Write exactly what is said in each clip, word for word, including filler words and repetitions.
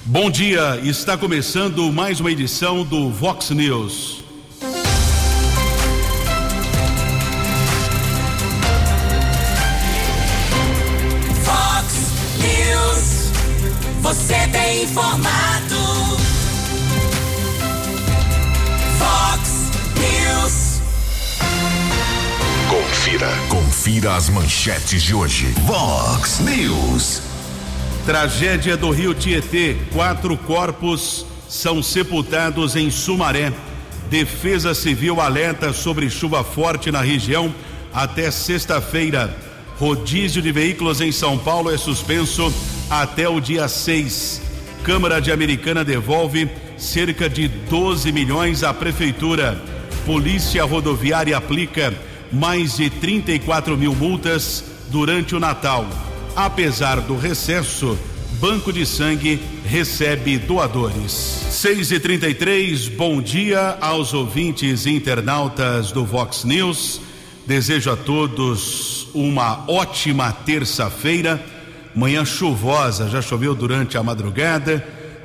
Bom dia, está começando mais uma edição do Vox News. Vox News, você tem informado. Vox News. Confira, confira as manchetes de hoje. Vox News. Tragédia do Rio Tietê, quatro corpos são sepultados em Sumaré. Defesa Civil alerta sobre chuva forte na região até sexta-feira. Rodízio de veículos em São Paulo é suspenso até o dia seis. Câmara de Americana devolve cerca de doze milhões à prefeitura. Polícia Rodoviária aplica mais de trinta e quatro mil multas durante o Natal. Apesar do recesso, Banco de Sangue recebe doadores. seis e trinta e três, bom dia aos ouvintes e internautas do Vox News. Desejo a todos uma ótima terça-feira. Manhã chuvosa, já choveu durante a madrugada.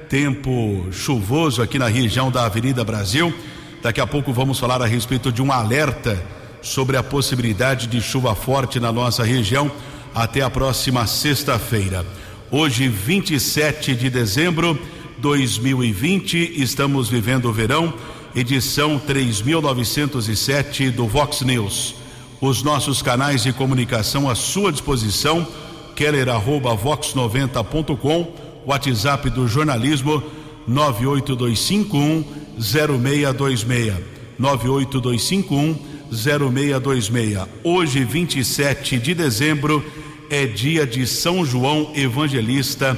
Tempo chuvoso aqui na região da Avenida Brasil. Daqui a pouco vamos falar a respeito de um alerta sobre a possibilidade de chuva forte na nossa região até a próxima sexta-feira. Hoje, vinte e sete de dezembro de dois mil e vinte, estamos vivendo o verão, edição três mil novecentos e sete do Vox News. Os nossos canais de comunicação à sua disposição, keller arroba vox noventa ponto com, WhatsApp do jornalismo nove oito dois cinco um zero seis dois seis, nove oito dois cinco um zero seis dois seis. Hoje, vinte e sete de dezembro, é dia de São João Evangelista,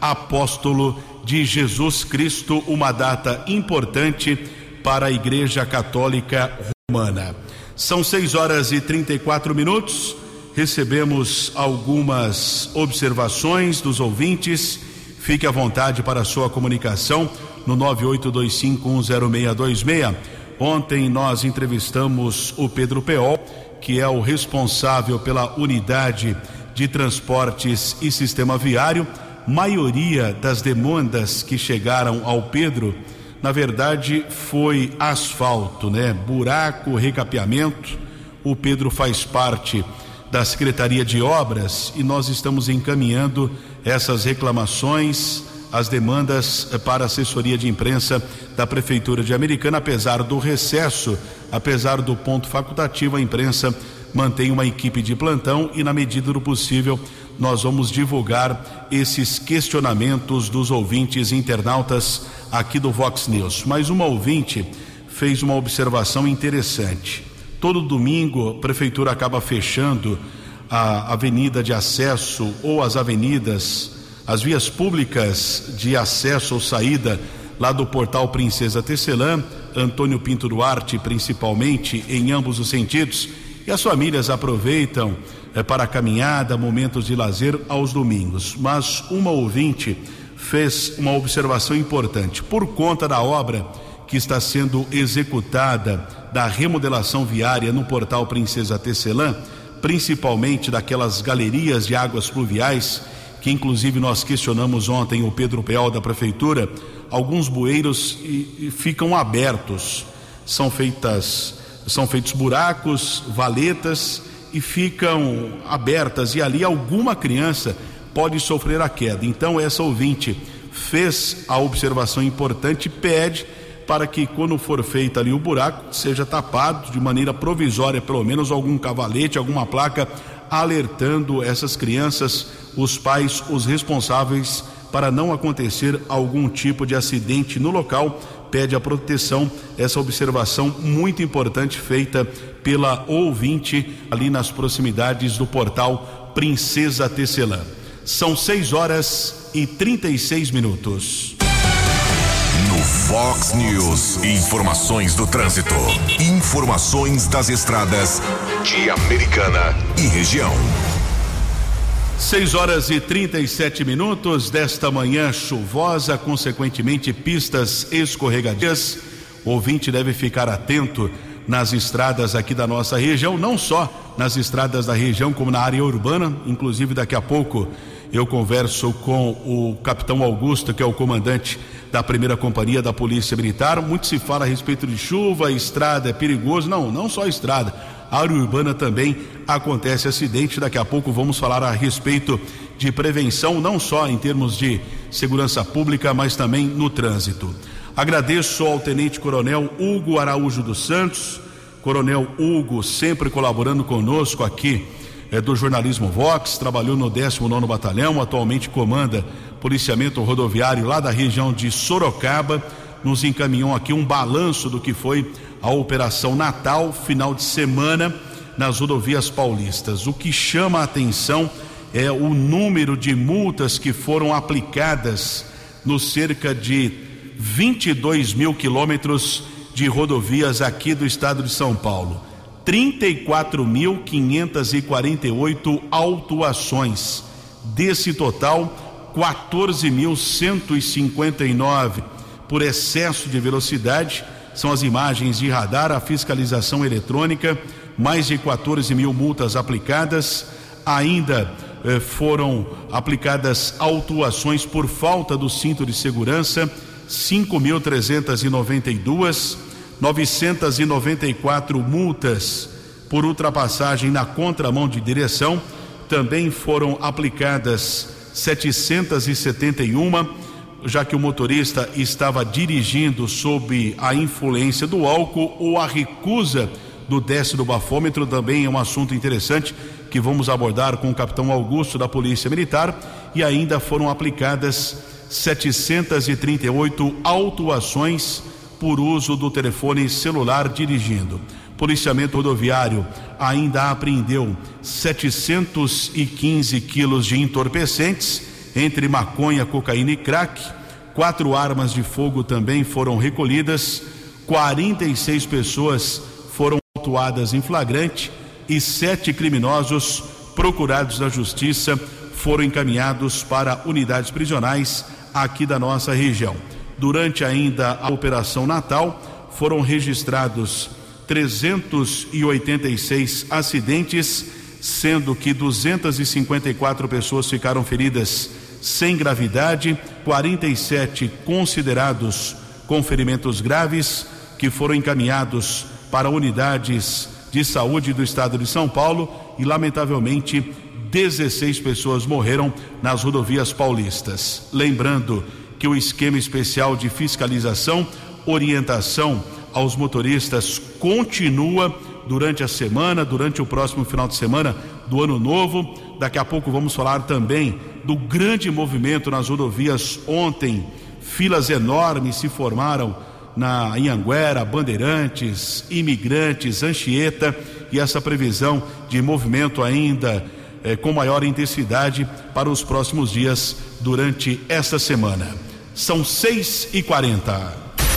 apóstolo de Jesus Cristo, uma data importante para a Igreja Católica Romana. São seis horas e trinta e quatro minutos. Recebemos algumas observações dos ouvintes. Fique à vontade para a sua comunicação no nove oito dois cinco um zero seis dois seis. Ontem nós entrevistamos o Pedro Peol, que é o responsável pela unidade de transportes e sistema viário. Maioria das demandas que chegaram ao Pedro, na verdade, foi asfalto, né? Buraco, recapeamento. O Pedro faz parte da Secretaria de Obras e nós estamos encaminhando essas reclamações, as demandas para a assessoria de imprensa da Prefeitura de Americana. Apesar do recesso, apesar do ponto facultativo, a imprensa mantém uma equipe de plantão e, na medida do possível, nós vamos divulgar esses questionamentos dos ouvintes internautas aqui do Vox News. Mas uma ouvinte fez uma observação interessante. Todo domingo a Prefeitura acaba fechando a avenida de acesso ou as avenidas, as vias públicas de acesso ou saída lá do portal Princesa Tecelã, Antônio Pinto Duarte, principalmente, em ambos os sentidos, e as famílias aproveitam é, para caminhada, momentos de lazer aos domingos. Mas uma ouvinte fez uma observação importante. Por conta da obra que está sendo executada da remodelação viária no portal Princesa Tecelã, principalmente daquelas galerias de águas pluviais, que inclusive nós questionamos ontem o Pedro Peol da Prefeitura, alguns bueiros e, e ficam abertos, são feitas, são feitos buracos, valetas e ficam abertas, e ali alguma criança pode sofrer a queda. Então essa ouvinte fez a observação importante e pede para que, quando for feito ali o buraco, seja tapado de maneira provisória, pelo menos algum cavalete, alguma placa alertando essas crianças, os pais, os responsáveis, para não acontecer algum tipo de acidente no local. Pede a proteção, essa observação muito importante feita pela ouvinte ali nas proximidades do portal Princesa Tecelã. São seis horas e trinta e seis minutos. No Vox News, informações do trânsito, informações das estradas de Americana e região. seis horas e trinta e sete minutos desta manhã chuvosa, consequentemente pistas escorregadias. O ouvinte deve ficar atento nas estradas aqui da nossa região, não só nas estradas da região, como na área urbana. Inclusive, daqui a pouco eu converso com o capitão Augusto, que é o comandante da primeira companhia da Polícia Militar. Muito se fala a respeito de chuva, estrada é perigoso. Não, não só a estrada, a área urbana também acontece acidente. Daqui a pouco vamos falar a respeito de prevenção, não só em termos de segurança pública, mas também no trânsito. Agradeço ao Tenente Coronel Hugo Araújo dos Santos. Coronel Hugo sempre colaborando conosco aqui é, do jornalismo Vox, trabalhou no décimo nono Batalhão, atualmente comanda policiamento rodoviário lá da região de Sorocaba. Nos encaminhou aqui um balanço do que foi a Operação Natal, final de semana nas rodovias paulistas. O que chama a atenção é o número de multas que foram aplicadas nos cerca de vinte e dois mil quilômetros de rodovias aqui do estado de São Paulo. trinta e quatro mil quinhentas e quarenta e oito autuações. Desse total, quatorze mil cento e cinquenta e nove por excesso de velocidade. São as imagens de radar, a fiscalização eletrônica, mais de quatorze mil multas aplicadas. Ainda eh, foram aplicadas autuações por falta do cinto de segurança, cinco mil trezentas e noventa e duas, novecentas e noventa e quatro multas por ultrapassagem na contramão de direção. Também foram aplicadas setecentas e setenta e uma, já que o motorista estava dirigindo sob a influência do álcool ou a recusa do teste do bafômetro. Também é um assunto interessante que vamos abordar com o capitão Augusto da Polícia Militar. E ainda foram aplicadas setecentas e trinta e oito autuações por uso do telefone celular dirigindo. Policiamento rodoviário ainda apreendeu setecentos e quinze quilos de entorpecentes, entre maconha, cocaína e crack. Quatro armas de fogo também foram recolhidas. quarenta e seis pessoas foram autuadas em flagrante e sete criminosos procurados da justiça foram encaminhados para unidades prisionais aqui da nossa região. Durante ainda a Operação Natal, foram registrados trezentos e oitenta e seis acidentes, sendo que duzentas e cinquenta e quatro pessoas ficaram feridas sem gravidade, quarenta e sete considerados com ferimentos graves, que foram encaminhados para unidades de saúde do estado de São Paulo, e lamentavelmente dezesseis pessoas morreram nas rodovias paulistas. Lembrando que o esquema especial de fiscalização, orientação aos motoristas continua durante a semana, durante o próximo final de semana do ano novo. Daqui a pouco vamos falar também do grande movimento nas rodovias ontem. Filas enormes se formaram na Anhanguera, Bandeirantes, Imigrantes, Anchieta, e essa previsão de movimento ainda eh, com maior intensidade para os próximos dias durante esta semana. São seis e quarenta.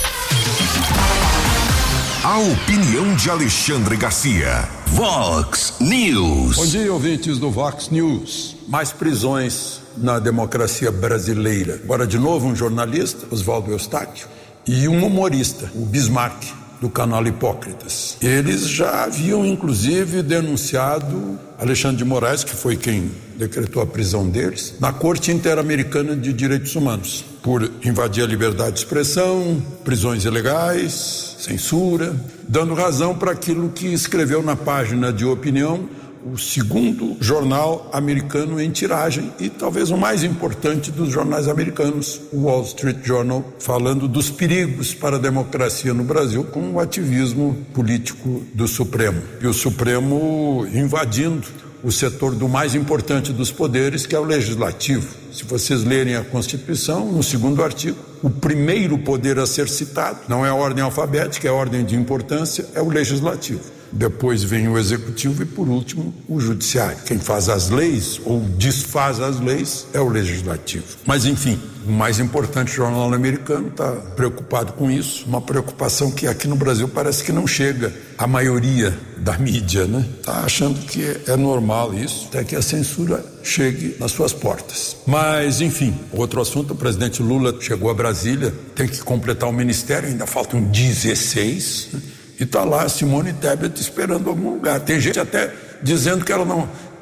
A opinião de Alexandre Garcia. Vox News. Bom dia, ouvintes do Vox News. Mais prisões na democracia brasileira. Agora, de novo, um jornalista, Oswaldo Eustáquio, e um humorista, o Bismarck, do canal Hipócritas. Eles já haviam, inclusive, denunciado Alexandre de Moraes, que foi quem decretou a prisão deles, na Corte Interamericana de Direitos Humanos, por invadir a liberdade de expressão, prisões ilegais, censura, dando razão para aquilo que escreveu na página de opinião o segundo jornal americano em tiragem e talvez o mais importante dos jornais americanos, o Wall Street Journal, falando dos perigos para a democracia no Brasil com o ativismo político do Supremo. E o Supremo invadindo o setor do mais importante dos poderes, que é o Legislativo. Se vocês lerem a Constituição, no segundo artigo, o primeiro poder a ser citado não é a ordem alfabética, é a ordem de importância, é o Legislativo. Depois vem o Executivo e, por último, o Judiciário. Quem faz as leis ou desfaz as leis é o Legislativo. Mas, enfim, o mais importante jornal americano está preocupado com isso, uma preocupação que aqui no Brasil parece que não chega à maioria da mídia, né? Está achando que é normal isso, até que a censura chegue nas suas portas. Mas, enfim, outro assunto, o presidente Lula chegou a Brasília, tem que completar o ministério, ainda faltam dezesseis, né? E está lá a Simone Tebet esperando algum lugar. Tem gente até dizendo que ela não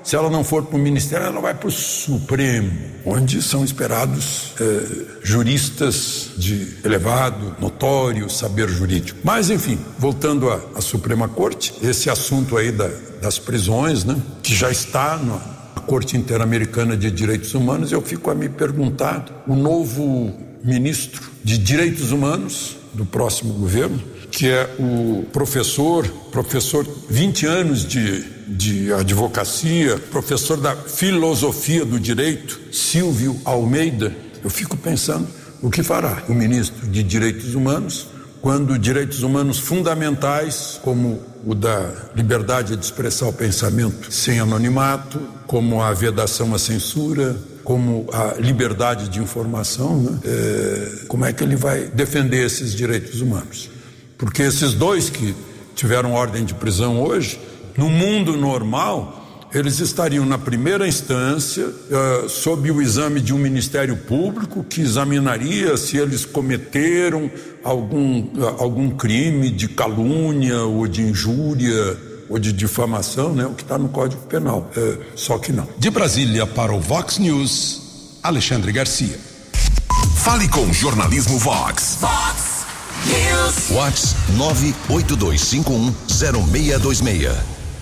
Se ela não for para o Ministério, ela vai para o Supremo, onde são esperados eh, juristas de elevado, notório saber jurídico. Mas, enfim, voltando à, à Suprema Corte, esse assunto aí da, das prisões, né, que já está na Corte Interamericana de Direitos Humanos, eu fico a me perguntar, o novo ministro de Direitos Humanos do próximo governo, que é o professor, professor vinte anos de, de advocacia, professor da filosofia do direito, Silvio Almeida, eu fico pensando o que fará o ministro de Direitos Humanos quando direitos humanos fundamentais, como o da liberdade de expressar o pensamento sem anonimato, como a vedação à censura, como a liberdade de informação, né? É, como é que ele vai defender esses direitos humanos? Porque esses dois que tiveram ordem de prisão hoje, no mundo normal, eles estariam na primeira instância, uh, sob o exame de um Ministério Público que examinaria se eles cometeram algum, uh, algum crime de calúnia ou de injúria ou de difamação, né? O que está no Código Penal. Uh, só que não. De Brasília para o Vox News, Alexandre Garcia. Fale com o Jornalismo Vox. Vox News. Vox nove oito dois cinco um zero seis dois seis.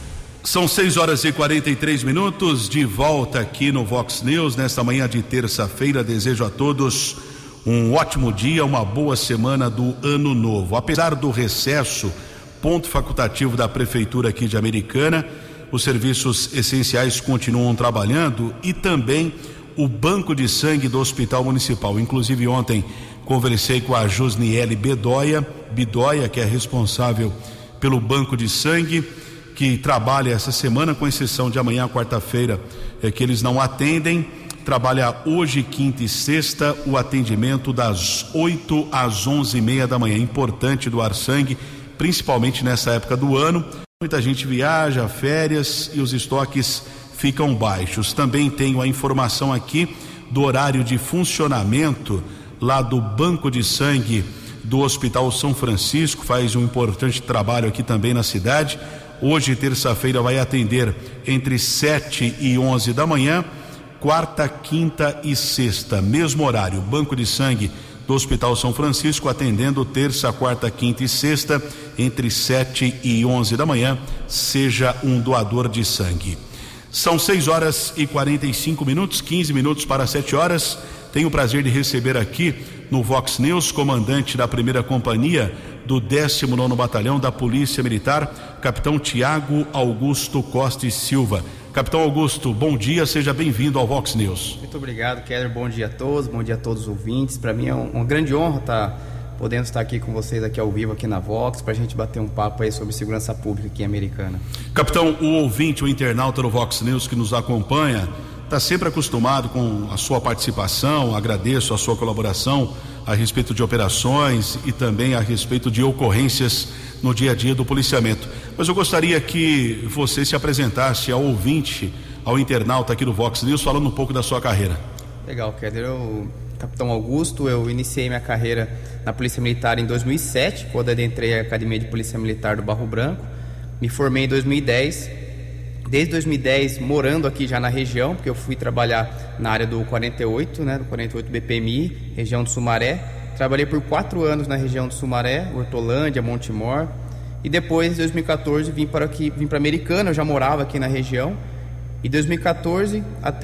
São seis horas e quarenta e três minutos, de volta aqui no Vox News, nesta manhã de terça-feira. Desejo a todos um ótimo dia, uma boa semana do ano novo. Apesar do recesso, ponto facultativo da Prefeitura aqui de Americana, os serviços essenciais continuam trabalhando e também o banco de sangue do Hospital Municipal. Inclusive ontem conversei com a Josniele Bedoya, Bedoya, que é responsável pelo banco de sangue, que trabalha essa semana, com exceção de amanhã, quarta-feira, é que eles não atendem. Trabalha hoje, quinta e sexta, o atendimento das oito às onze e meia da manhã. Importante doar sangue, principalmente nessa época do ano. Muita gente viaja, férias, e os estoques ficam baixos. Também tenho a informação aqui do horário de funcionamento lá do banco de sangue do Hospital São Francisco. Faz um importante trabalho aqui também na cidade. Hoje, terça-feira, vai atender entre sete e onze da manhã, quarta, quinta e sexta, mesmo horário. Banco de sangue do Hospital São Francisco atendendo terça, quarta, quinta e sexta, entre sete e onze da manhã. Seja um doador de sangue. São seis horas e quarenta e cinco minutos, quinze minutos para sete horas. Tenho o prazer de receber aqui no Vox News, comandante da primeira companhia do décimo nono Batalhão da Polícia Militar, capitão Tiago Augusto Costa e Silva. Capitão Augusto, bom dia, seja bem-vindo ao Vox News. Muito obrigado, Keller, bom dia a todos, bom dia a todos os ouvintes. Para mim é uma grande honra estar podendo estar aqui com vocês aqui ao vivo, aqui na Vox, para a gente bater um papo aí sobre segurança pública aqui em Americana. Capitão, o ouvinte, o internauta do Vox News que nos acompanha, está sempre acostumado com a sua participação. Agradeço a sua colaboração a respeito de operações e também a respeito de ocorrências no dia a dia do policiamento. Mas eu gostaria que você se apresentasse ao ouvinte, ao internauta aqui do Vox News, falando um pouco da sua carreira. Legal, Keller. Eu, capitão Augusto, eu iniciei minha carreira na Polícia Militar em dois mil e sete, quando adentrei a Academia de Polícia Militar do Barro Branco. Me formei em dois mil e dez. Desde dois mil e dez, morando aqui já na região, porque eu fui trabalhar na área do quarenta e oito, né, do quarenta e oito B P M I, região do Sumaré. Trabalhei por quatro anos na região do Sumaré, Hortolândia, Montemor. E depois, em dois mil e quatorze, vim para aqui, vim para Americana, eu já morava aqui na região. E dois mil e quatorze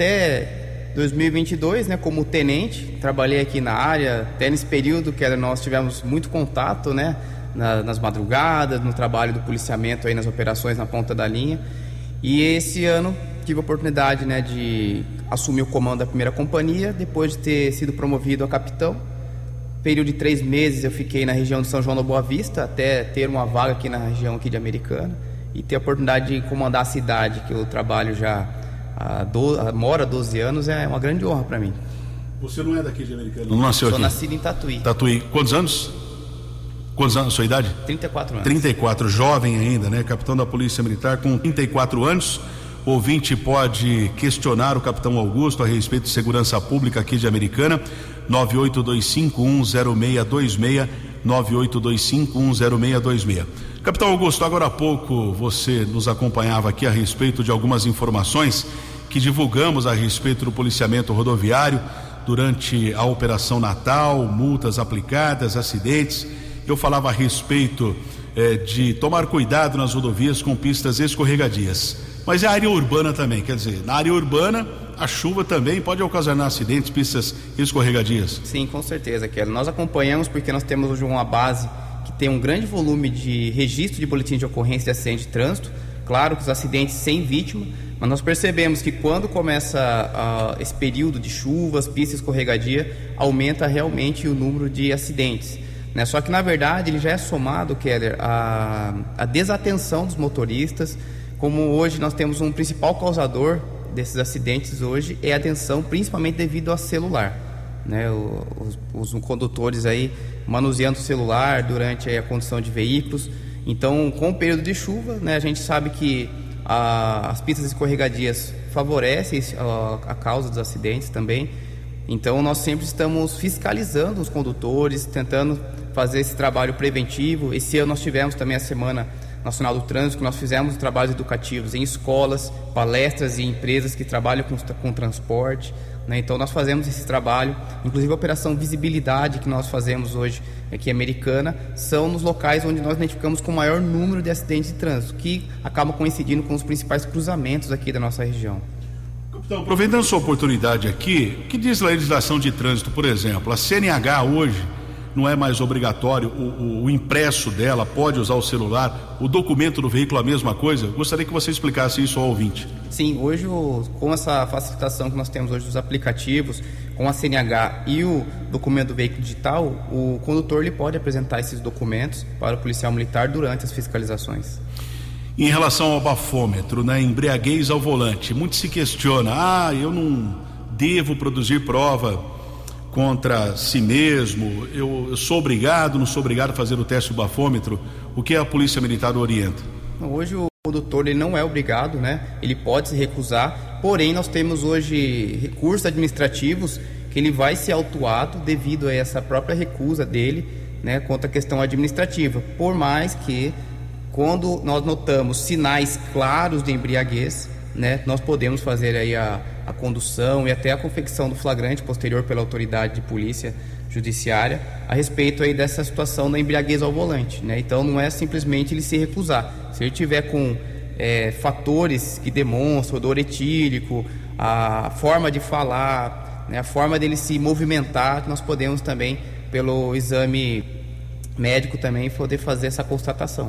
até dois mil e vinte e dois, né, como tenente, trabalhei aqui na área. Até nesse período que nós tivemos muito contato, né, na, nas madrugadas, no trabalho do policiamento, aí nas operações na ponta da linha. E esse ano tive a oportunidade, né, de assumir o comando da primeira companhia, depois de ter sido promovido a capitão. Período de três meses eu fiquei na região de São João da Boa Vista, até ter uma vaga aqui na região aqui de Americana, e ter a oportunidade de comandar a cidade, que eu trabalho já há doze, moro há doze anos, é uma grande honra para mim. Você não é daqui de Americana? Não nasceu Sou aqui? Sou nascido em Tatuí. Tatuí. Quantos anos? Quantos anos, sua idade? trinta e quatro anos. trinta e quatro, jovem ainda, né? Capitão da Polícia Militar com trinta e quatro anos. O ouvinte pode questionar o capitão Augusto a respeito de segurança pública aqui de Americana. nove oito dois cinco um zero seis dois seis. nove oito dois cinco um zero seis dois seis. Capitão Augusto, agora há pouco você nos acompanhava aqui a respeito de algumas informações que divulgamos a respeito do policiamento rodoviário durante a Operação Natal, multas aplicadas, acidentes. Eu falava a respeito eh, de tomar cuidado nas rodovias com pistas escorregadias. Mas é a área urbana também, quer dizer, na área urbana a chuva também pode ocasionar acidentes, pistas escorregadias. Sim, com certeza, Kelly. Nós acompanhamos porque nós temos hoje uma base que tem um grande volume de registro de boletim de ocorrência de acidente de trânsito. Claro que os acidentes sem vítima, mas nós percebemos que quando começa uh, esse período de chuvas, pista escorregadia, aumenta realmente o número de acidentes, né? Só que na verdade ele já é somado, Keller, a, a desatenção dos motoristas. Como hoje nós temos um principal causador desses acidentes hoje é a atenção, principalmente devido ao celular, né? Os, os condutores aí manuseando o celular durante aí a condução de veículos. Então, com o período de chuva, né, a gente sabe que a, as pistas escorregadias favorecem a, a causa dos acidentes também. Então, nós sempre estamos fiscalizando os condutores, tentando fazer esse trabalho preventivo. Esse ano nós tivemos também a Semana Nacional do Trânsito, que nós fizemos trabalhos educativos em escolas, palestras e empresas que trabalham com, com transporte, né? Então nós fazemos esse trabalho, inclusive a Operação Visibilidade que nós fazemos hoje aqui Americana, são nos locais onde nós identificamos com o maior número de acidentes de trânsito, que acabam coincidindo com os principais cruzamentos aqui da nossa região. Então, aproveitando a sua oportunidade aqui, o que diz a legislação de trânsito, por exemplo? A C N H hoje não é mais obrigatório, o, o, o impresso dela, pode usar o celular, o documento do veículo a mesma coisa? Gostaria que você explicasse isso ao ouvinte. Sim, hoje o, com essa facilitação que nós temos hoje dos aplicativos, com a C N H e o documento do veículo digital, o condutor ele pode apresentar esses documentos para o policial militar durante as fiscalizações. Em relação ao bafômetro, né, embriaguez ao volante, muito se questiona, ah, eu não devo produzir prova contra si mesmo, eu, eu sou obrigado, não sou obrigado a fazer o teste do bafômetro. O que a Polícia Militar orienta? Hoje o condutor ele não é obrigado, né? Ele pode se recusar, porém nós temos hoje recursos administrativos que ele vai ser autuado devido a essa própria recusa dele, né, contra a questão administrativa, por mais que quando nós notamos sinais claros de embriaguez, né, nós podemos fazer aí a, a condução e até a confecção do flagrante posterior pela autoridade de polícia judiciária a respeito aí dessa situação da embriaguez ao volante, né? Então não é simplesmente ele se recusar. Se ele tiver com é, fatores que demonstram odor etílico, a forma de falar, né, a forma dele se movimentar, nós podemos também pelo exame médico também poder fazer essa constatação.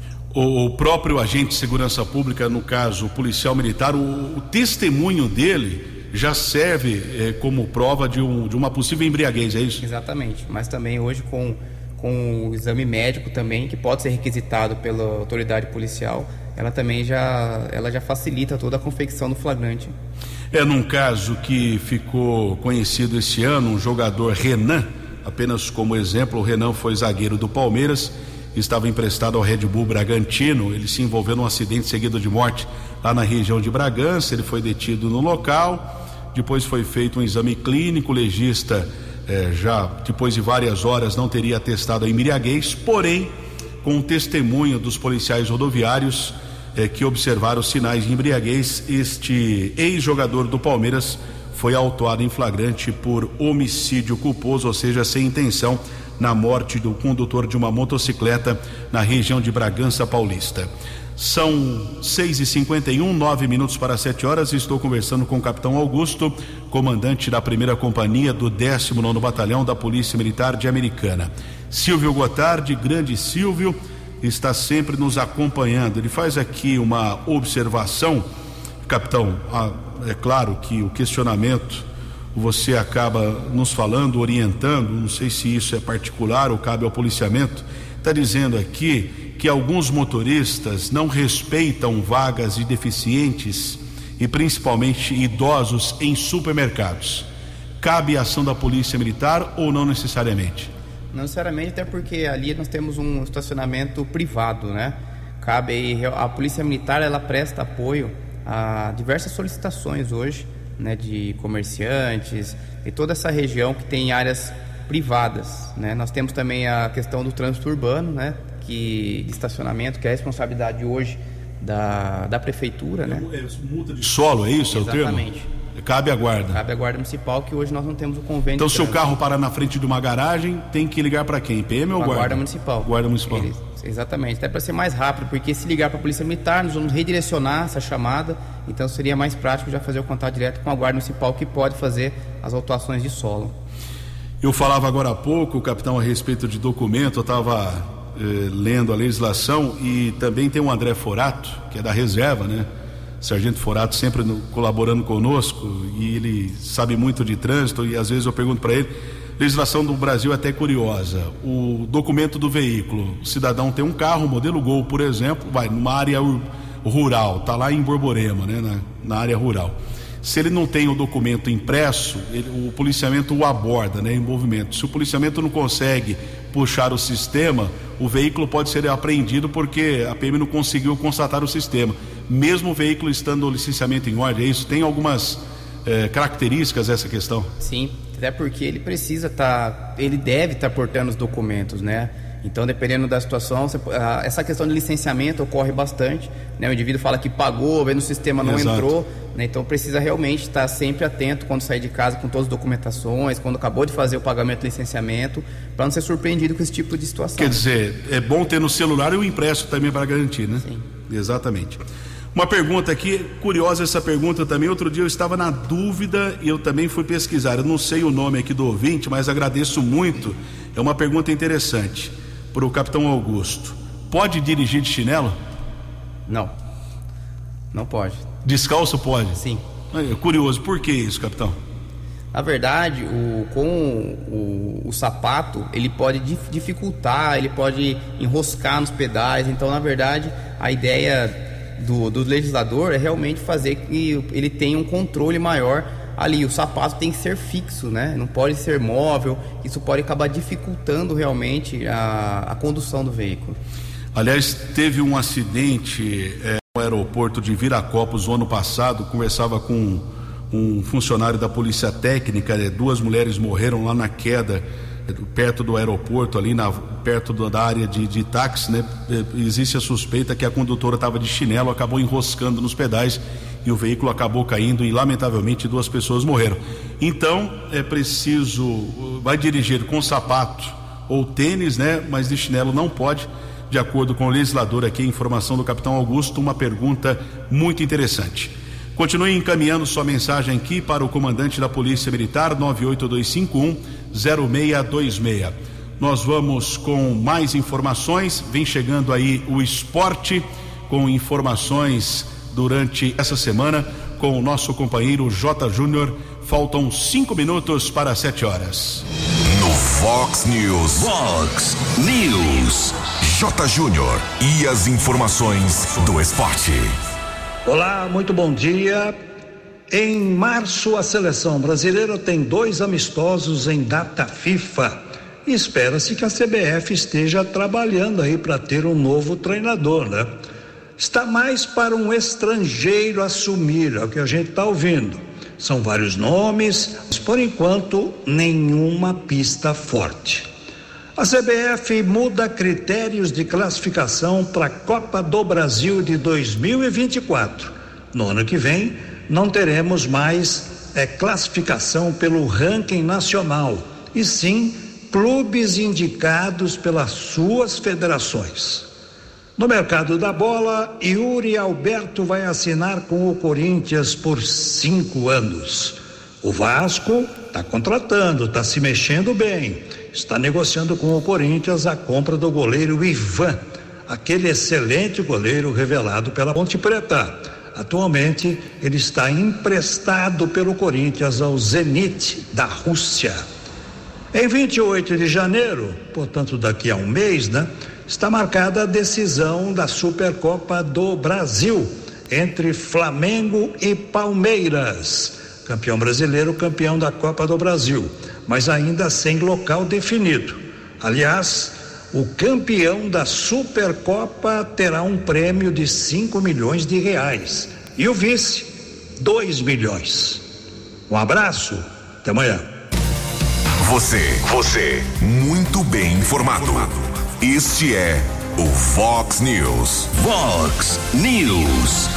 O próprio agente de segurança pública, no caso o policial militar, o, o testemunho dele já serve é, como prova de, um, de uma possível embriaguez, é isso? Exatamente, mas também hoje com, com o exame médico também, que pode ser requisitado pela autoridade policial, ela também já, ela já facilita toda a confecção do flagrante. É num caso que ficou conhecido esse ano, um jogador Renan, apenas como exemplo, o Renan foi zagueiro do Palmeiras, estava emprestado ao Red Bull Bragantino, ele se envolveu num acidente seguido de morte lá na região de Bragança, ele foi detido no local, depois foi feito um exame clínico, o legista eh, já depois de várias horas não teria atestado a embriaguez, porém com o testemunho dos policiais rodoviários eh, que observaram sinais de embriaguez, este ex-jogador do Palmeiras foi autuado em flagrante por homicídio culposo, ou seja, sem intenção, na morte do condutor de uma motocicleta na região de Bragança Paulista. São seis e cinquenta e um, nove minutos para sete horas. Estou conversando com o capitão Augusto, comandante da primeira companhia do décimo nono Batalhão da Polícia Militar de Americana. Silvio Gotardi, grande Silvio, está sempre nos acompanhando. Ele faz aqui uma observação, capitão. Ah, é claro que o questionamento você acaba nos falando, orientando, não sei se isso é particular ou cabe ao policiamento, está dizendo aqui que alguns motoristas não respeitam vagas de deficientes e principalmente idosos em supermercados. Cabe a ação da Polícia Militar ou não necessariamente? Não necessariamente, até porque ali nós temos um estacionamento privado, né? Cabe aí, a Polícia Militar ela presta apoio a diversas solicitações hoje, né, de comerciantes e toda essa região que tem áreas privadas, né? Nós temos também a questão do trânsito urbano, né? Que, de estacionamento, que é a responsabilidade hoje da, da prefeitura, né? É, multa de solo, é isso? Exatamente. É o termo? Cabe a guarda. Cabe a guarda municipal, que hoje nós não temos o convênio. Então, se o carro parar na frente de uma garagem, tem que ligar para quem? P M ou guarda? Guarda municipal. Guarda municipal. Eles, exatamente. Até para ser mais rápido, porque se ligar para a Polícia Militar, nós vamos redirecionar essa chamada. Então, seria mais prático já fazer o contato direto com a guarda municipal, que pode fazer as autuações de solo. Eu falava agora há pouco, capitão, a respeito de documento. Eu estava eh, lendo a legislação e também tem o André Forato, que é da reserva, né? Sargento Forato sempre no, colaborando conosco, e ele sabe muito de trânsito, e às vezes eu pergunto para ele. Legislação do Brasil é até curiosa. O documento do veículo, o cidadão tem um carro, modelo Gol, por exemplo, vai numa área ur, rural, tá lá em Borborema, né, na, na área rural. Se ele não tem o documento impresso, ele, o policiamento o aborda, né, em movimento. Se o policiamento não consegue puxar o sistema, o veículo pode ser apreendido porque a P M não conseguiu constatar o sistema, mesmo o veículo estando o licenciamento em ordem. É isso? Tem algumas eh, características essa questão? Sim, até porque ele precisa estar, tá, ele deve estar tá portando os documentos, né? Então, dependendo da situação, você, ah, essa questão de licenciamento ocorre bastante, né? O indivíduo fala que pagou, vendo o sistema não Exato. entrou, né? Então precisa realmente estar sempre atento quando sair de casa com todas as documentações, quando acabou de fazer o pagamento do licenciamento, para não ser surpreendido com esse tipo de situação. Quer dizer, é bom ter no celular e o impresso também para garantir, né? Sim. Exatamente. Uma pergunta aqui, curiosa essa pergunta também. Outro dia eu estava na dúvida e eu também fui pesquisar. Eu não sei o nome aqui do ouvinte, mas agradeço muito. É uma pergunta interessante para o capitão Augusto. Pode dirigir de chinelo? Não, não pode. Descalço pode? Sim. É curioso, por que isso, capitão? Na verdade, o, com o, o, o sapato, ele pode dificultar, ele pode enroscar nos pedais. Então, na verdade, a ideia do, do legislador é realmente fazer que ele tenha um controle maior ali. O sapato tem que ser fixo, né? Não pode ser móvel. Isso pode acabar dificultando realmente a, a condução do veículo. Aliás, teve um acidente é, no aeroporto de Viracopos no ano passado. Conversava com um funcionário da Polícia Técnica, né? Duas mulheres morreram lá na queda, perto do aeroporto, ali na, perto do, da área de, de táxi, né? Existe a suspeita que a condutora estava de chinelo, acabou enroscando nos pedais e o veículo acabou caindo e lamentavelmente duas pessoas morreram. Então é preciso, vai dirigir com sapato ou tênis, né? Mas de chinelo não pode, de acordo com o legislador aqui, informação do capitão Augusto. Uma pergunta muito interessante. Continue encaminhando sua mensagem aqui para o comandante da Polícia Militar, nove oito dois cinco um zero seis dois seis. Nós vamos com mais informações. Vem chegando aí o esporte com informações durante essa semana com o nosso companheiro J. Júnior. Faltam cinco minutos para sete horas. No Fox News. Fox News. J. Júnior e as informações do esporte. Olá, muito bom dia. Em março, a seleção brasileira tem dois amistosos em data FIFA. E espera-se que a C B F esteja trabalhando aí para ter um novo treinador, né? Está mais para um estrangeiro assumir, é o que a gente está ouvindo. São vários nomes, mas por enquanto nenhuma pista forte. A C B F muda critérios de classificação para a Copa do Brasil de dois mil e vinte e quatro. No ano que vem, não teremos mais é, classificação pelo ranking nacional, e sim clubes indicados pelas suas federações. No mercado da bola, Yuri Alberto vai assinar com o Corinthians por cinco anos. O Vasco está contratando, está se mexendo bem. Está negociando com o Corinthians a compra do goleiro Ivan, aquele excelente goleiro revelado pela Ponte Preta. Atualmente, ele está emprestado pelo Corinthians ao Zenit da Rússia. Em vinte e oito de janeiro, portanto daqui a um mês, né? Está marcada a decisão da Supercopa do Brasil entre Flamengo e Palmeiras. Campeão brasileiro, campeão da Copa do Brasil, mas ainda sem local definido. Aliás, o campeão da Supercopa terá um prêmio de cinco milhões de reais e o vice, dois milhões. Um abraço, até amanhã. Você, você, muito bem informado. Este é o Vox News. Vox News.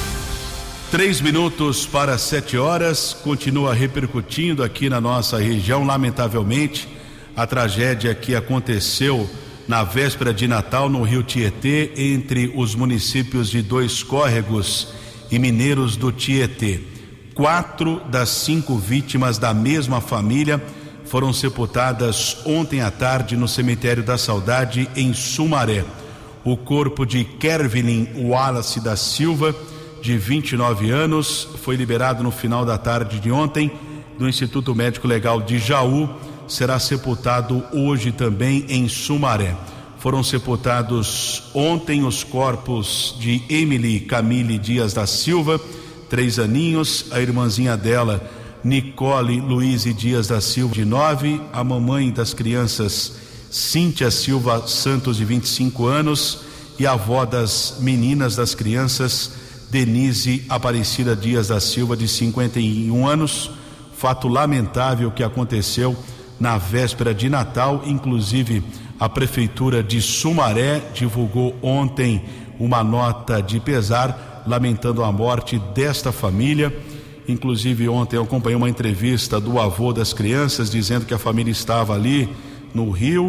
Três minutos para sete horas, continua repercutindo aqui na nossa região, lamentavelmente, a tragédia que aconteceu na véspera de Natal no Rio Tietê, entre os municípios de Dois Córregos e Mineiros do Tietê. Quatro das cinco vítimas da mesma família foram sepultadas ontem à tarde no Cemitério da Saudade, em Sumaré. O corpo de Kervilin Wallace da Silva, de vinte e nove anos, foi liberado no final da tarde de ontem do Instituto Médico Legal de Jaú. Será sepultado hoje também em Sumaré. Foram sepultados ontem os corpos de Emily Camille Dias da Silva, três aninhos, a irmãzinha dela, Nicole Luiz Dias da Silva, de nove, a mamãe das crianças, Cíntia Silva Santos, de vinte e cinco anos, e a avó das meninas das crianças, Denise Aparecida Dias da Silva, de cinquenta e um anos. Fato lamentável que aconteceu na véspera de Natal. Inclusive a Prefeitura de Sumaré divulgou ontem uma nota de pesar, lamentando a morte desta família. Inclusive ontem eu acompanhei uma entrevista do avô das crianças, dizendo que a família estava ali no rio,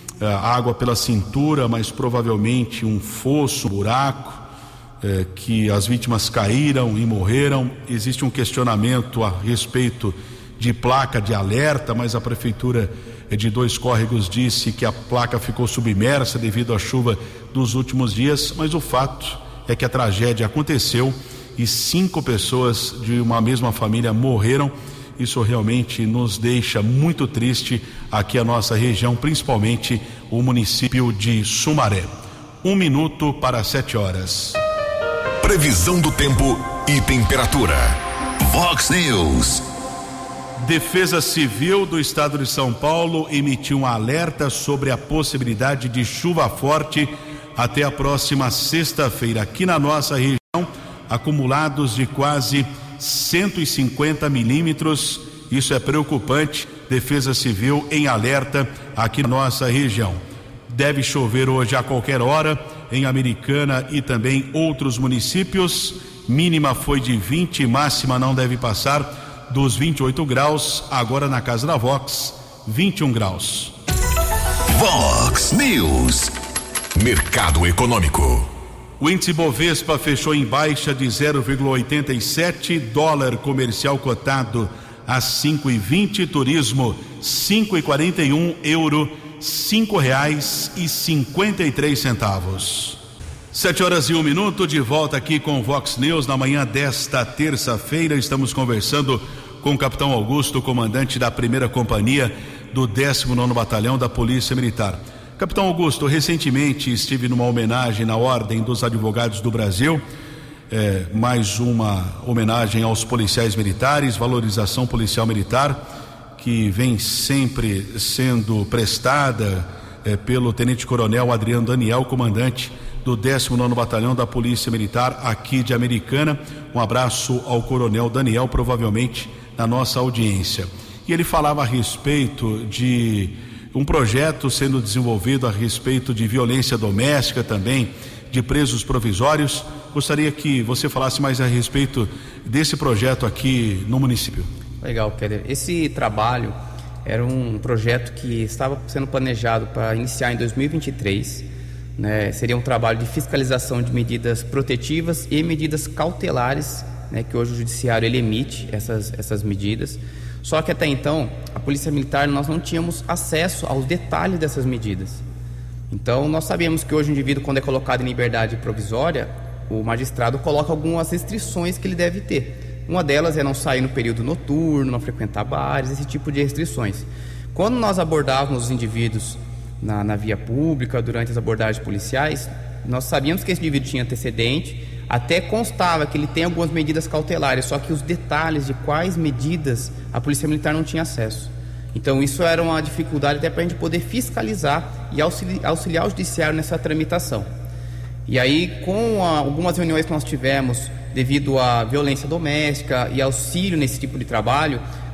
água pela cintura, mas provavelmente um fosso, um buraco, É, que as vítimas caíram e morreram. Existe um questionamento a respeito de placa de alerta, mas a Prefeitura de Dois Córregos disse que a placa ficou submersa devido à chuva dos últimos dias, mas o fato é que a tragédia aconteceu e cinco pessoas de uma mesma família morreram. Isso realmente nos deixa muito triste aqui a nossa região, principalmente o município de Sumaré. Um minuto para sete horas. Previsão do tempo e temperatura. Vox News. Defesa Civil do Estado de São Paulo emitiu um alerta sobre a possibilidade de chuva forte até a próxima sexta-feira. Aqui na nossa região, acumulados de quase cento e cinquenta milímetros. Isso é preocupante. Defesa Civil em alerta aqui na nossa região. Deve chover hoje a qualquer hora em Americana e também outros municípios. Mínima foi de vinte, máxima não deve passar dos vinte e oito graus. Agora na casa da Vox, vinte e um graus. Vox News. Mercado Econômico. O índice Bovespa fechou em baixa de zero vírgula oitenta e sete, dólar comercial cotado a cinco e vinte, turismo cinco e quarenta e um, euro cinco reais e cinquenta e três centavos. Sete horas e um minuto, de volta aqui com o Vox News na manhã desta terça-feira. Estamos conversando com o Capitão Augusto, comandante da primeira companhia do décimo nono Batalhão da Polícia Militar. Capitão Augusto, recentemente estive numa homenagem na Ordem dos Advogados do Brasil, é, mais uma homenagem aos policiais militares, valorização policial militar, que vem sempre sendo prestada eh, pelo Tenente Coronel Adriano Daniel, comandante do décimo nono Batalhão da Polícia Militar aqui de Americana. Um abraço ao Coronel Daniel, provavelmente na nossa audiência. E ele falava a respeito de um projeto sendo desenvolvido a respeito de violência doméstica também, de presos provisórios. Gostaria que você falasse mais a respeito desse projeto aqui no município. Legal, Keller. Esse trabalho era um projeto que estava sendo planejado para iniciar em dois mil e vinte e três, né? Seria um trabalho de fiscalização de medidas protetivas e medidas cautelares, né? Que hoje o judiciário ele emite essas, essas medidas. Só que até então, a Polícia Militar, nós não tínhamos acesso aos detalhes dessas medidas. Então, nós sabemos que hoje o indivíduo, quando é colocado em liberdade provisória, o magistrado coloca algumas restrições que ele deve ter. Uma delas é não sair no período noturno, não frequentar bares, esse tipo de restrições. Quando nós abordávamos os indivíduos na, na via pública, durante as abordagens policiais, nós sabíamos que esse indivíduo tinha antecedente, até constava que ele tem algumas medidas cautelares, só que os detalhes de quais medidas a Polícia Militar não tinha acesso. Então isso era uma dificuldade até para a gente poder fiscalizar e auxiliar, auxiliar o judiciário nessa tramitação. E aí, com a, algumas reuniões que nós tivemos devido à violência doméstica e auxílio nesse tipo de trabalho,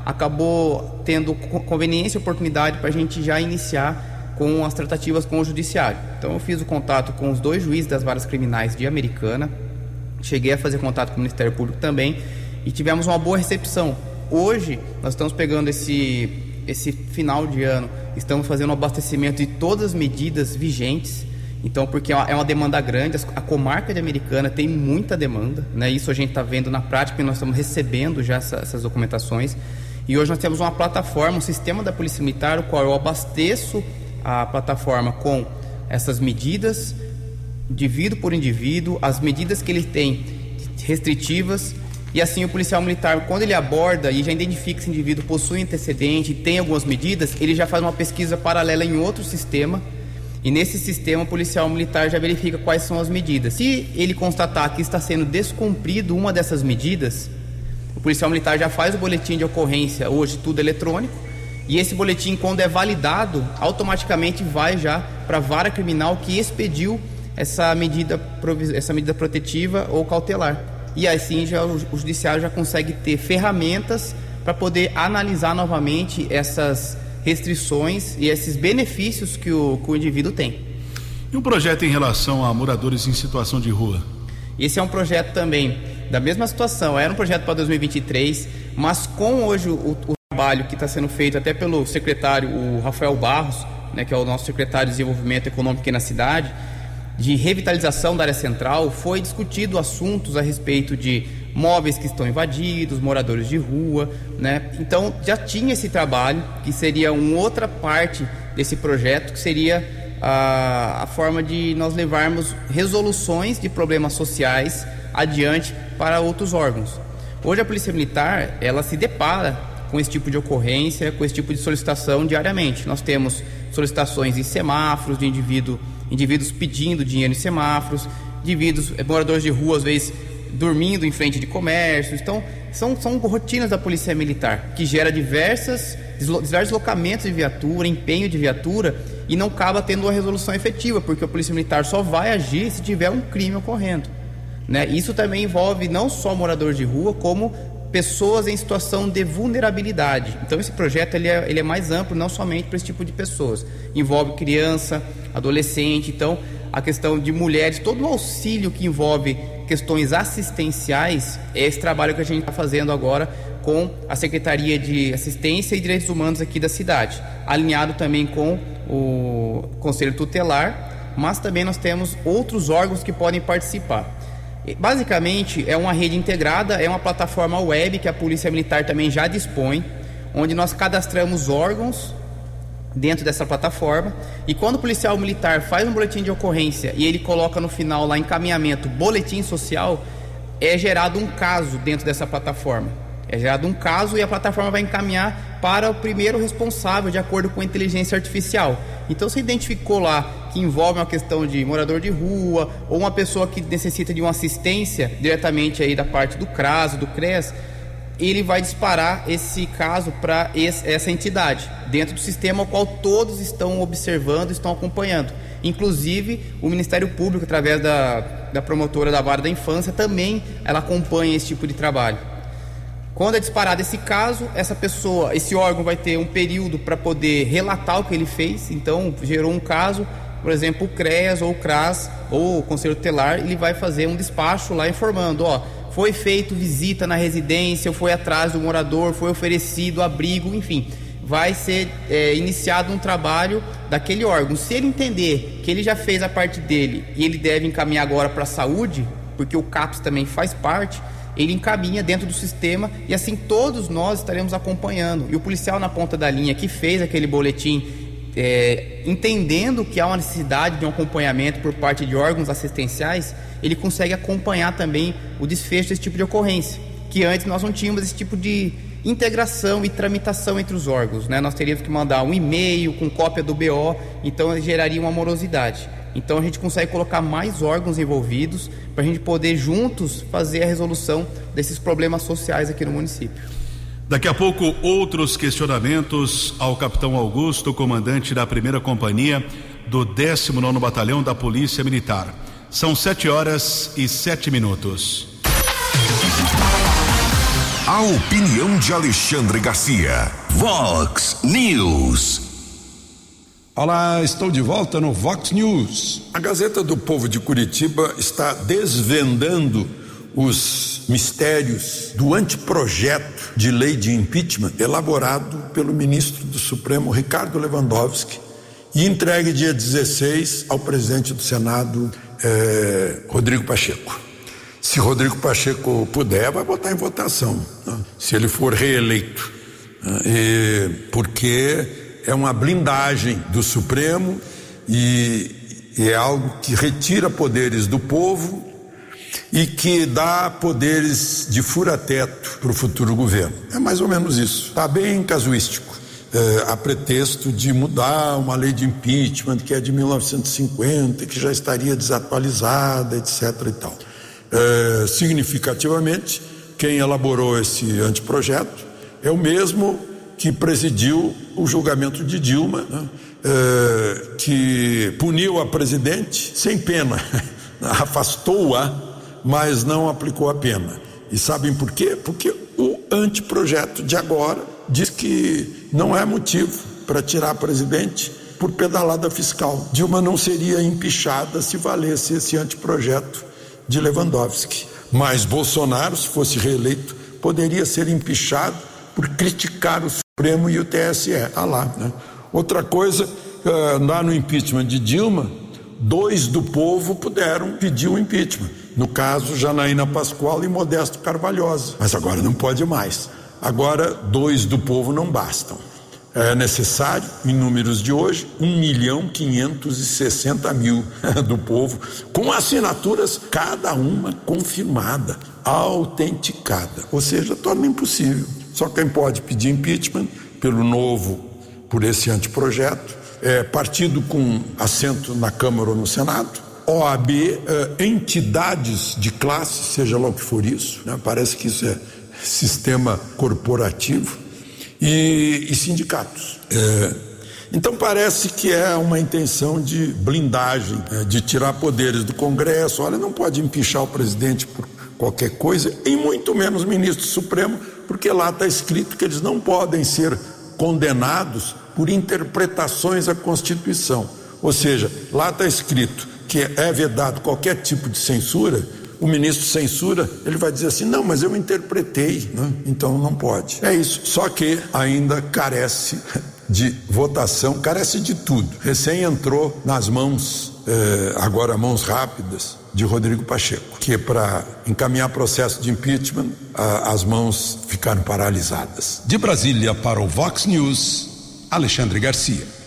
acabou tendo conveniência e oportunidade para a gente já iniciar com as tratativas com o judiciário. Então eu fiz o contato com os dois juízes das varas criminais de Americana, cheguei a fazer contato com o Ministério Público também e tivemos uma boa recepção. Hoje nós estamos pegando esse, esse final de ano, estamos fazendo um abastecimento de todas as medidas vigentes. Então, porque é uma demanda grande, a comarca de Americana tem muita demanda, né? Isso a gente está vendo na prática, e nós estamos recebendo já essa, essas documentações. E hoje nós temos uma plataforma, um sistema da Polícia Militar, o qual eu abasteço a plataforma com essas medidas, indivíduo por indivíduo, as medidas que ele tem restritivas, e assim o policial militar, quando ele aborda e já identifica que esse indivíduo possui antecedente e tem algumas medidas, ele já faz uma pesquisa paralela em outro sistema. E nesse sistema, o policial militar já verifica quais são as medidas. Se ele constatar que está sendo descumprido uma dessas medidas, o policial militar já faz o boletim de ocorrência, hoje tudo eletrônico, e esse boletim, quando é validado, automaticamente vai já para a vara criminal que expediu essa medida, essa medida protetiva ou cautelar. E assim já, o judiciário já consegue ter ferramentas para poder analisar novamente essas restrições e esses benefícios que o, que o indivíduo tem. E um projeto em relação a moradores em situação de rua? Esse é um projeto também da mesma situação, era um projeto para dois mil e vinte e três, mas com hoje o, o trabalho que está sendo feito até pelo secretário, o Rafael Barros, né, que é o nosso secretário de Desenvolvimento Econômico aqui na cidade, de revitalização da área central, foi discutido assuntos a respeito de móveis que estão invadidos, moradores de rua, né? Então já tinha esse trabalho, que seria uma outra parte desse projeto, que seria a, a forma de nós levarmos resoluções de problemas sociais adiante para outros órgãos. Hoje a Polícia Militar, ela se depara com esse tipo de ocorrência, com esse tipo de solicitação diariamente. Nós temos solicitações em semáforos, de indivíduo, indivíduos pedindo dinheiro em semáforos, indivíduos, moradores de rua, às vezes dormindo em frente de comércios. Então, são, são rotinas da Polícia Militar, que gera diversas, diversos deslocamentos de viatura, empenho de viatura, e não acaba tendo uma resolução efetiva, porque a Polícia Militar só vai agir se tiver um crime ocorrendo, né? Isso também envolve não só moradores de rua, como pessoas em situação de vulnerabilidade. Então esse projeto ele é, ele é mais amplo, não somente para esse tipo de pessoas. Envolve criança, adolescente, então a questão de mulheres, todo o auxílio que envolve questões assistenciais é esse trabalho que a gente está fazendo agora com a Secretaria de Assistência e Direitos Humanos aqui da cidade, alinhado também com o Conselho Tutelar, mas também nós temos outros órgãos que podem participar. Basicamente é uma rede integrada, é uma plataforma web que a Polícia Militar também já dispõe, onde nós cadastramos órgãos dentro dessa plataforma, e quando o policial militar faz um boletim de ocorrência e ele coloca no final lá encaminhamento boletim social, é gerado um caso dentro dessa plataforma. É gerado um caso e a plataforma vai encaminhar para o primeiro responsável de acordo com a inteligência artificial. Então, se identificou lá que envolve uma questão de morador de rua ou uma pessoa que necessita de uma assistência diretamente aí da parte do CRAS, do CREAS, ele vai disparar esse caso para essa entidade, dentro do sistema ao qual todos estão observando, estão acompanhando. Inclusive, o Ministério Público, através da, da promotora da Vara da Infância, também ela acompanha esse tipo de trabalho. Quando é disparado esse caso, essa pessoa, esse órgão vai ter um período para poder relatar o que ele fez. Então, gerou um caso, por exemplo, o CREAS ou o CRAS ou o Conselho Tutelar, ele vai fazer um despacho lá informando, ó, foi feito visita na residência, foi atrás do morador, foi oferecido abrigo, enfim, vai ser é, iniciado um trabalho daquele órgão. Se ele entender que ele já fez a parte dele e ele deve encaminhar agora para a saúde, porque o CAPS também faz parte, ele encaminha dentro do sistema e assim todos nós estaremos acompanhando. E o policial na ponta da linha que fez aquele boletim, é, entendendo que há uma necessidade de um acompanhamento por parte de órgãos assistenciais, ele consegue acompanhar também o desfecho desse tipo de ocorrência, que antes nós não tínhamos esse tipo de integração e tramitação entre os órgãos, né? Nós teríamos que mandar um e-mail com cópia do B O, então geraria uma morosidade. Então a gente consegue colocar mais órgãos envolvidos para a gente poder juntos fazer a resolução desses problemas sociais aqui no município. Daqui a pouco, outros questionamentos ao capitão Augusto, comandante da primeira companhia do décimo nono Batalhão da Polícia Militar. São sete horas e sete minutos. A opinião de Alexandre Garcia. Vox News. Olá, estou de volta no Vox News. A Gazeta do Povo de Curitiba está desvendando os mistérios do anteprojeto de lei de impeachment elaborado pelo ministro do Supremo, Ricardo Lewandowski, e entregue dia dezesseis ao presidente do Senado, eh, Rodrigo Pacheco. Se Rodrigo Pacheco puder, vai botar em votação, né? Se ele for reeleito, né? E porque é uma blindagem do Supremo e, e é algo que retira poderes do povo e que dá poderes de fura-teto para o futuro governo. É mais ou menos isso. Está bem casuístico. É, a pretexto de mudar uma lei de impeachment que é de mil novecentos e cinquenta, que já estaria desatualizada, etc e tal. É, significativamente, quem elaborou esse anteprojeto é o mesmo que presidiu o julgamento de Dilma, né? É, que puniu a presidente sem pena, afastou-a, mas não aplicou a pena. E sabem por quê? Porque o anteprojeto de agora diz que não é motivo para tirar a presidente por pedalada fiscal. Dilma não seria empichada se valesse esse anteprojeto de Lewandowski. Mas Bolsonaro, se fosse reeleito, poderia ser empichado por criticar o Supremo e o T S E. Está lá, né? Outra coisa, lá no impeachment de Dilma, dois do povo puderam pedir o impeachment. No caso, Janaína Pascoal e Modesto Carvalhosa. Mas agora não pode mais. Agora, dois do povo não bastam. É necessário, em números de hoje, um milhão quinhentos e sessenta mil do povo, com assinaturas, cada uma confirmada, autenticada. Ou seja, torna impossível. Só quem pode pedir impeachment pelo novo, por esse anteprojeto, é partido com assento na Câmara ou no Senado, O A B, é, entidades de classe, seja lá o que for isso, né? Parece que isso é sistema corporativo, e, e sindicatos. É, então parece que é uma intenção de blindagem, é, de tirar poderes do Congresso. Olha, não pode empichar o presidente por qualquer coisa, e muito menos o ministro do Supremo, porque lá está escrito que eles não podem ser condenados por interpretações à Constituição. Ou seja, lá está escrito que é vedado qualquer tipo de censura. O ministro censura, ele vai dizer assim, não, mas eu interpretei, né? Então não pode. É isso, só que ainda carece de votação, carece de tudo. Recém entrou nas mãos, eh, agora mãos rápidas, de Rodrigo Pacheco, que para encaminhar processo de impeachment, a, as mãos ficaram paralisadas. De Brasília para o Vox News, Alexandre Garcia.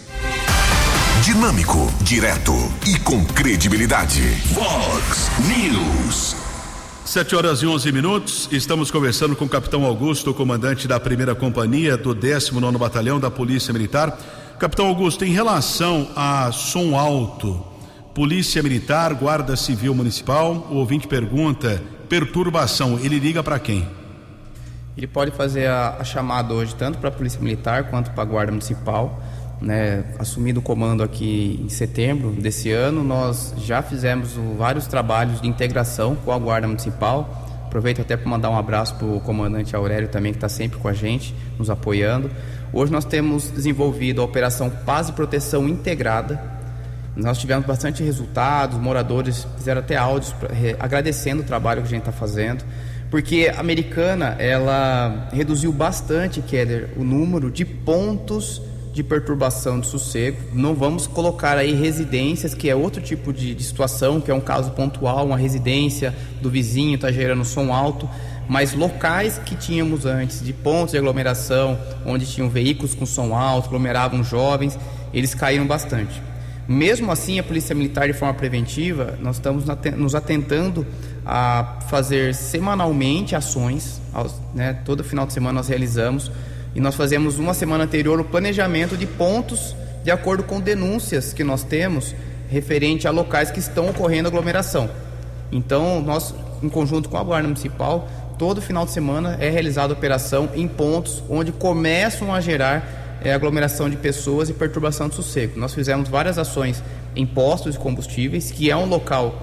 Dinâmico, direto e com credibilidade. Vox News. Sete horas e onze minutos, estamos conversando com o capitão Augusto, comandante da primeira companhia do décimo nono Batalhão da Polícia Militar. Capitão Augusto, em relação a som alto, Polícia Militar, Guarda Civil Municipal, o ouvinte pergunta, perturbação, ele liga para quem? Ele pode fazer a, a chamada hoje tanto para a Polícia Militar quanto para a Guarda Municipal. Né, assumindo o comando aqui em setembro desse ano, nós já fizemos o, vários trabalhos de integração com a Guarda Municipal. Aproveito até para mandar um abraço para o comandante Aurélio também, que está sempre com a gente, nos apoiando. Hoje nós temos desenvolvido a Operação Paz e Proteção Integrada. Nós tivemos bastante resultados, moradores fizeram até áudios pra, re, agradecendo o trabalho que a gente está fazendo, porque a Americana, ela reduziu bastante, Keller, o número de pontos de perturbação de sossego. Não vamos colocar aí residências, que é outro tipo de, de situação, que é um caso pontual, uma residência do vizinho está gerando som alto, mas locais que tínhamos antes de pontos de aglomeração, onde tinham veículos com som alto, aglomeravam jovens, eles caíram bastante. Mesmo assim, a Polícia Militar, de forma preventiva, nós estamos nos atentando a fazer semanalmente ações, né? Todo final de semana nós realizamos. E nós fazemos uma semana anterior o planejamento de pontos de acordo com denúncias que nós temos referente a locais que estão ocorrendo aglomeração. Então, nós, em conjunto com a Guarda Municipal, todo final de semana é realizada operação em pontos onde começam a gerar é, aglomeração de pessoas e perturbação de sossego. Nós fizemos várias ações em postos de combustíveis, que é um local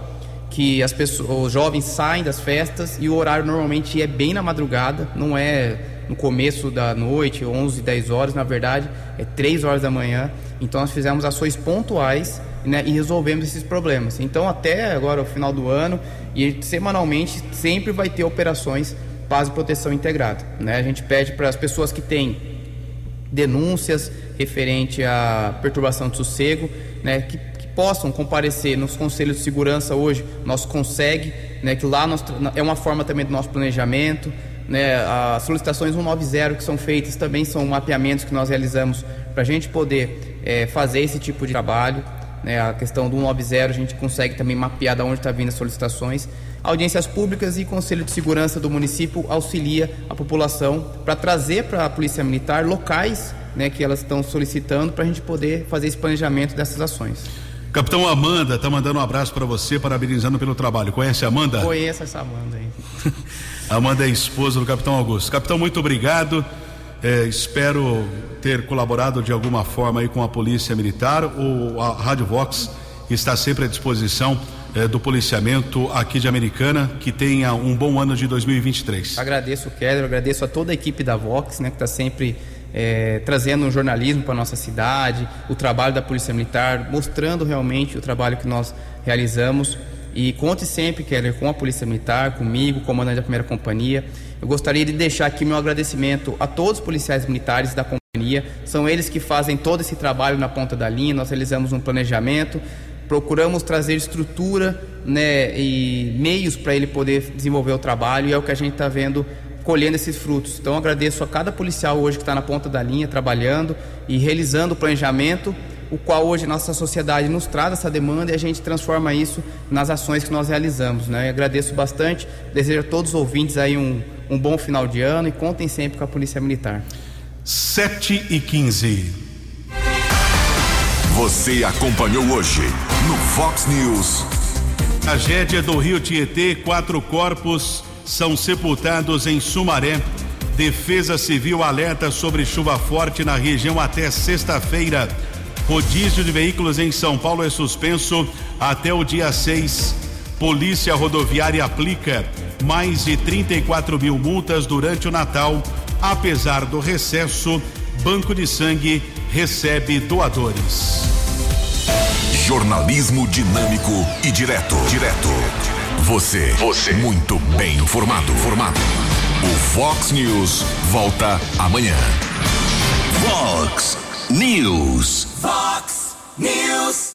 que as pessoas, os jovens saem das festas e o horário normalmente é bem na madrugada, não é no começo da noite, onze, dez horas, na verdade é três horas da manhã. Então nós fizemos ações pontuais, né, e resolvemos esses problemas. Então até agora o final do ano e semanalmente sempre vai ter operações paz e proteção integrada, né? A gente pede para as pessoas que têm denúncias referente à perturbação de sossego, né, que, que possam comparecer nos conselhos de segurança. Hoje nós consegue, né, que lá nós, é uma forma também do nosso planejamento, né, as solicitações cento e noventa que são feitas também são mapeamentos que nós realizamos para a gente poder é, fazer esse tipo de trabalho, né? A questão do cento e noventa a gente consegue também mapear de onde está vindo as solicitações. Audiências públicas e Conselho de Segurança do município auxilia a população para trazer para a Polícia Militar locais, né, que elas estão solicitando, para a gente poder fazer esse planejamento dessas ações. Capitão Amanda está mandando um abraço para você, parabenizando pelo trabalho. Conhece a Amanda? Conheço essa Amanda aí. Amanda é esposa do Capitão Augusto. Capitão, muito obrigado. É, espero ter colaborado de alguma forma aí com a Polícia Militar. O, a Rádio Vox está sempre à disposição é, do policiamento aqui de Americana. Que tenha um bom ano de dois mil e vinte e três. Agradeço, Keller, agradeço a toda a equipe da Vox, né, que está sempre é, trazendo um jornalismo para nossa cidade, o trabalho da Polícia Militar, mostrando realmente o trabalho que nós realizamos. E conte sempre, Keller, com a Polícia Militar, comigo, comandante da primeira companhia. Eu gostaria de deixar aqui meu agradecimento a todos os policiais militares da companhia. São eles que fazem todo esse trabalho na ponta da linha. Nós realizamos um planejamento, procuramos trazer estrutura, né, e meios para ele poder desenvolver o trabalho, e é o que a gente está vendo, colhendo esses frutos. Então agradeço a cada policial hoje que está na ponta da linha, trabalhando e realizando o planejamento, o qual hoje nossa sociedade nos traz essa demanda, e a gente transforma isso nas ações que nós realizamos, né? Eu agradeço bastante, desejo a todos os ouvintes aí um, um bom final de ano, e contem sempre com a Polícia Militar. sete e quinze. Você acompanhou hoje no Fox News. Tragédia do Rio Tietê, quatro corpos são sepultados em Sumaré. Defesa Civil alerta sobre chuva forte na região até sexta-feira. Rodízio de veículos em São Paulo é suspenso até o dia seis. Polícia Rodoviária aplica mais de trinta e quatro mil multas durante o Natal. Apesar do recesso, Banco de Sangue recebe doadores. Jornalismo dinâmico e direto. Direto. Você. Você. Muito bem informado. Formado. O Fox News volta amanhã. Fox News. Fox News.